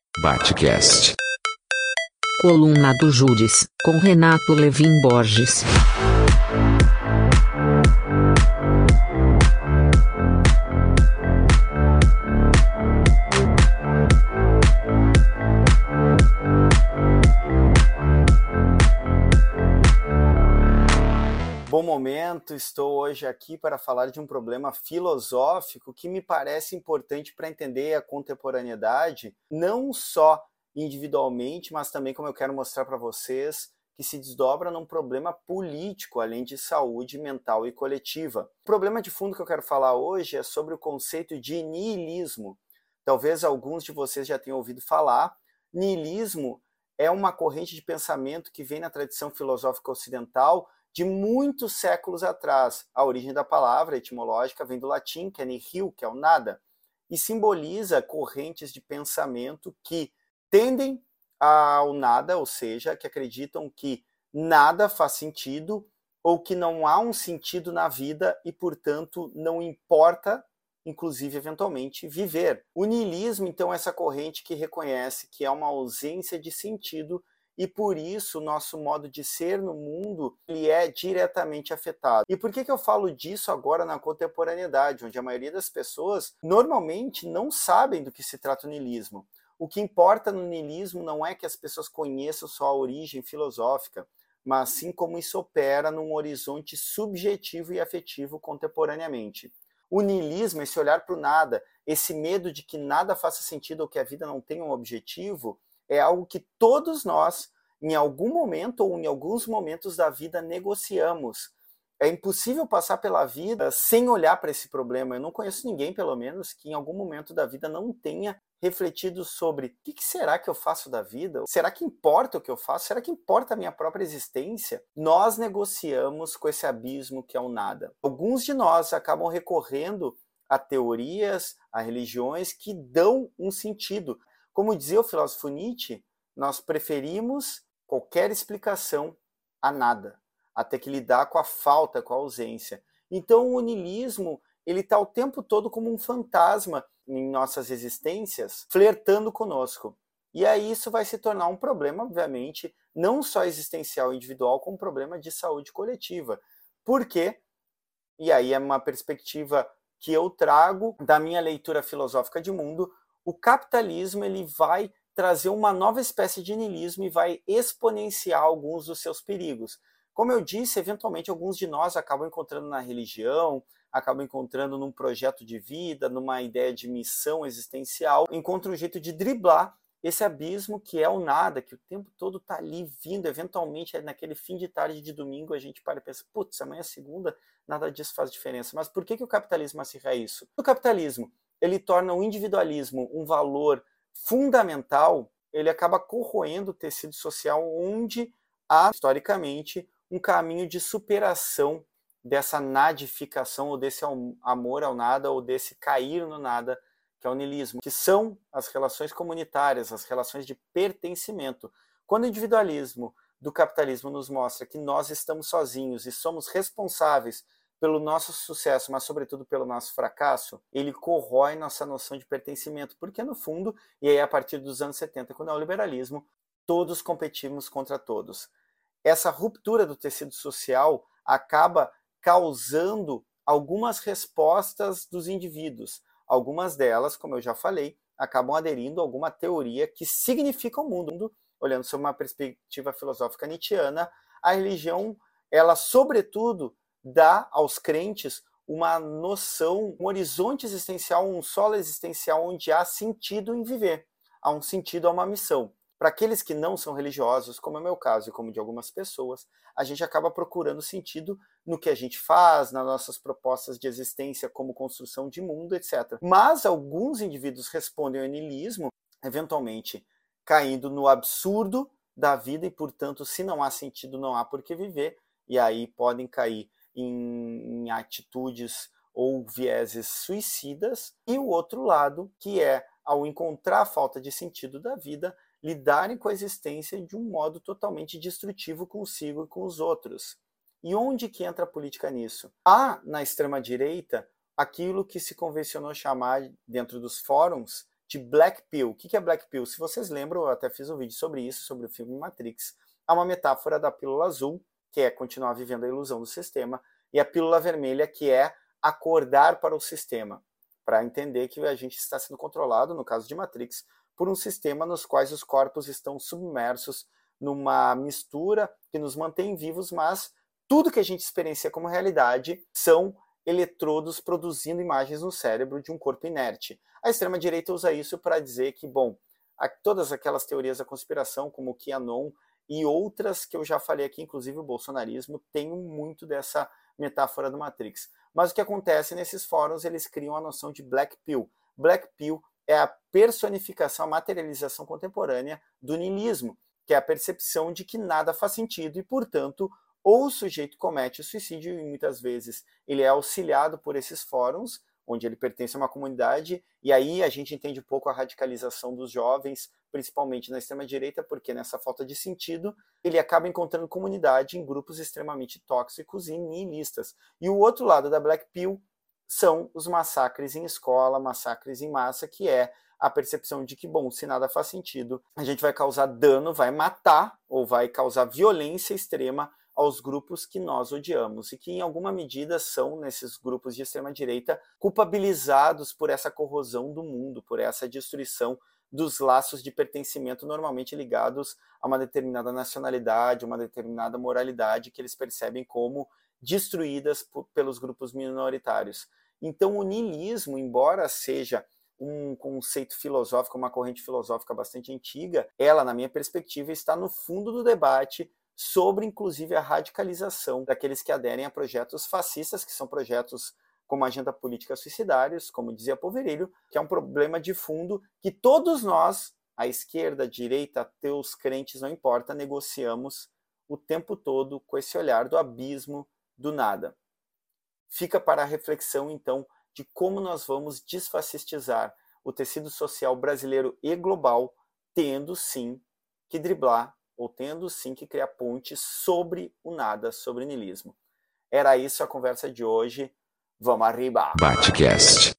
Batcast. Coluna do Júris, com Renato Levin Borges. Bom momento, estou hoje aqui para falar de um problema filosófico que me parece importante para entender a contemporaneidade, não só individualmente, mas também, como eu quero mostrar para vocês, que se desdobra num problema político, além de saúde mental e coletiva. O problema de fundo que eu quero falar hoje é sobre o conceito de niilismo. Talvez alguns de vocês já tenham ouvido falar. Niilismo é uma corrente de pensamento que vem na tradição filosófica ocidental de muitos séculos atrás. A origem da palavra etimológica vem do latim, que é nihil, que é o nada, e simboliza correntes de pensamento que tendem ao nada, ou seja, que acreditam que nada faz sentido ou que não há um sentido na vida e, portanto, não importa, inclusive, eventualmente, viver. O niilismo, então, é essa corrente que reconhece que é uma ausência de sentido e, por isso, o nosso modo de ser no mundo ele é diretamente afetado. E por que eu falo disso agora na contemporaneidade, onde a maioria das pessoas normalmente não sabem do que se trata o niilismo? O que importa no niilismo não é que as pessoas conheçam só a origem filosófica, mas sim como isso opera num horizonte subjetivo e afetivo contemporaneamente. O niilismo, esse olhar para o nada, esse medo de que nada faça sentido ou que a vida não tenha um objetivo, é algo que todos nós, em algum momento ou em alguns momentos da vida, negociamos. É impossível passar pela vida sem olhar para esse problema. Eu não conheço ninguém, pelo menos, que em algum momento da vida não tenha refletido sobre o que será que eu faço da vida? Será que importa o que eu faço? Será que importa a minha própria existência? Nós negociamos com esse abismo que é o nada. Alguns de nós acabam recorrendo a teorias, a religiões que dão um sentido. Como dizia o filósofo Nietzsche, nós preferimos qualquer explicação a nada, até que lidar com a falta, com a ausência. Então o niilismo ele está o tempo todo como um fantasma em nossas existências, flertando conosco. E aí isso vai se tornar um problema, obviamente, não só existencial e individual, como um problema de saúde coletiva. Por quê? E aí é uma perspectiva que eu trago da minha leitura filosófica de mundo. O capitalismo ele vai trazer uma nova espécie de niilismo e vai exponenciar alguns dos seus perigos. Como eu disse, eventualmente alguns de nós acabam encontrando na religião, acabam encontrando num projeto de vida, numa ideia de missão existencial, encontram um jeito de driblar esse abismo que é o nada, que o tempo todo está ali vindo, eventualmente naquele fim de tarde de domingo a gente para e pensa, putz, amanhã é segunda, nada disso faz diferença. Mas por que o capitalismo acirra isso? O capitalismo ele torna o individualismo um valor fundamental, ele acaba corroendo o tecido social onde há, historicamente, um caminho de superação dessa nadificação ou desse amor ao nada ou desse cair no nada, que é o niilismo, que são as relações comunitárias, as relações de pertencimento. Quando o individualismo do capitalismo nos mostra que nós estamos sozinhos e somos responsáveis pelo nosso sucesso, mas sobretudo pelo nosso fracasso, ele corrói nossa noção de pertencimento, porque no fundo, e aí a partir dos anos 70, com o neoliberalismo, todos competimos contra todos. Essa ruptura do tecido social acaba causando algumas respostas dos indivíduos. Algumas delas, como eu já falei, acabam aderindo a alguma teoria que significa o mundo. Olhando sob uma perspectiva filosófica nietzschiana, a religião, ela sobretudo dá aos crentes uma noção, um horizonte existencial, um solo existencial onde há sentido em viver, há um sentido, há uma missão. Para aqueles que não são religiosos, como é o meu caso e como de algumas pessoas, a gente acaba procurando sentido no que a gente faz, nas nossas propostas de existência como construção de mundo, etc. Mas alguns indivíduos respondem ao niilismo, eventualmente caindo no absurdo da vida e, portanto, se não há sentido, não há por que viver, e aí podem cair em atitudes ou vieses suicidas, e o outro lado, que é, ao encontrar a falta de sentido da vida, lidarem com a existência de um modo totalmente destrutivo consigo e com os outros. E onde que entra a política nisso? Há, na extrema-direita, aquilo que se convencionou chamar, dentro dos fóruns, de Black Pill. O que é Black Pill? Se vocês lembram, eu até fiz um vídeo sobre isso, sobre o filme Matrix. Há uma metáfora da pílula azul, que é continuar vivendo a ilusão do sistema, e a pílula vermelha, que é acordar para o sistema, para entender que a gente está sendo controlado, no caso de Matrix, por um sistema nos quais os corpos estão submersos numa mistura que nos mantém vivos, mas tudo que a gente experiencia como realidade são eletrodos produzindo imagens no cérebro de um corpo inerte. A extrema-direita usa isso para dizer que, bom, todas aquelas teorias da conspiração, como o QAnon e outras que eu já falei aqui, inclusive o bolsonarismo, tem muito dessa metáfora do Matrix. Mas o que acontece nesses fóruns, eles criam a noção de Black Pill. Black Pill é a personificação, a materialização contemporânea do niilismo, que é a percepção de que nada faz sentido e, portanto, ou o sujeito comete suicídio e muitas vezes ele é auxiliado por esses fóruns, onde ele pertence a uma comunidade, e aí a gente entende um pouco a radicalização dos jovens, principalmente na extrema-direita, porque nessa falta de sentido, ele acaba encontrando comunidade em grupos extremamente tóxicos e nihilistas. E o outro lado da Black Pill são os massacres em escola, massacres em massa, que é a percepção de que, bom, se nada faz sentido, a gente vai causar dano, vai matar ou vai causar violência extrema aos grupos que nós odiamos e que, em alguma medida, são, nesses grupos de extrema-direita, culpabilizados por essa corrosão do mundo, por essa destruição dos laços de pertencimento normalmente ligados a uma determinada nacionalidade, uma determinada moralidade que eles percebem como destruídas pelos grupos minoritários. Então, o niilismo, embora seja um conceito filosófico, uma corrente filosófica bastante antiga, ela, na minha perspectiva, está no fundo do debate sobre, inclusive, a radicalização daqueles que aderem a projetos fascistas, que são projetos como agenda política suicidários, como dizia Poverilho, que é um problema de fundo que todos nós, a esquerda, a direita, ateus, crentes, não importa, negociamos o tempo todo com esse olhar do abismo do nada. Fica para a reflexão, então, de como nós vamos desfascistizar o tecido social brasileiro e global, tendo sim que driblar ou tendo sim que criar pontes sobre o nada, sobre o niilismo. Era isso a conversa de hoje. Vamos arriba! Batcast.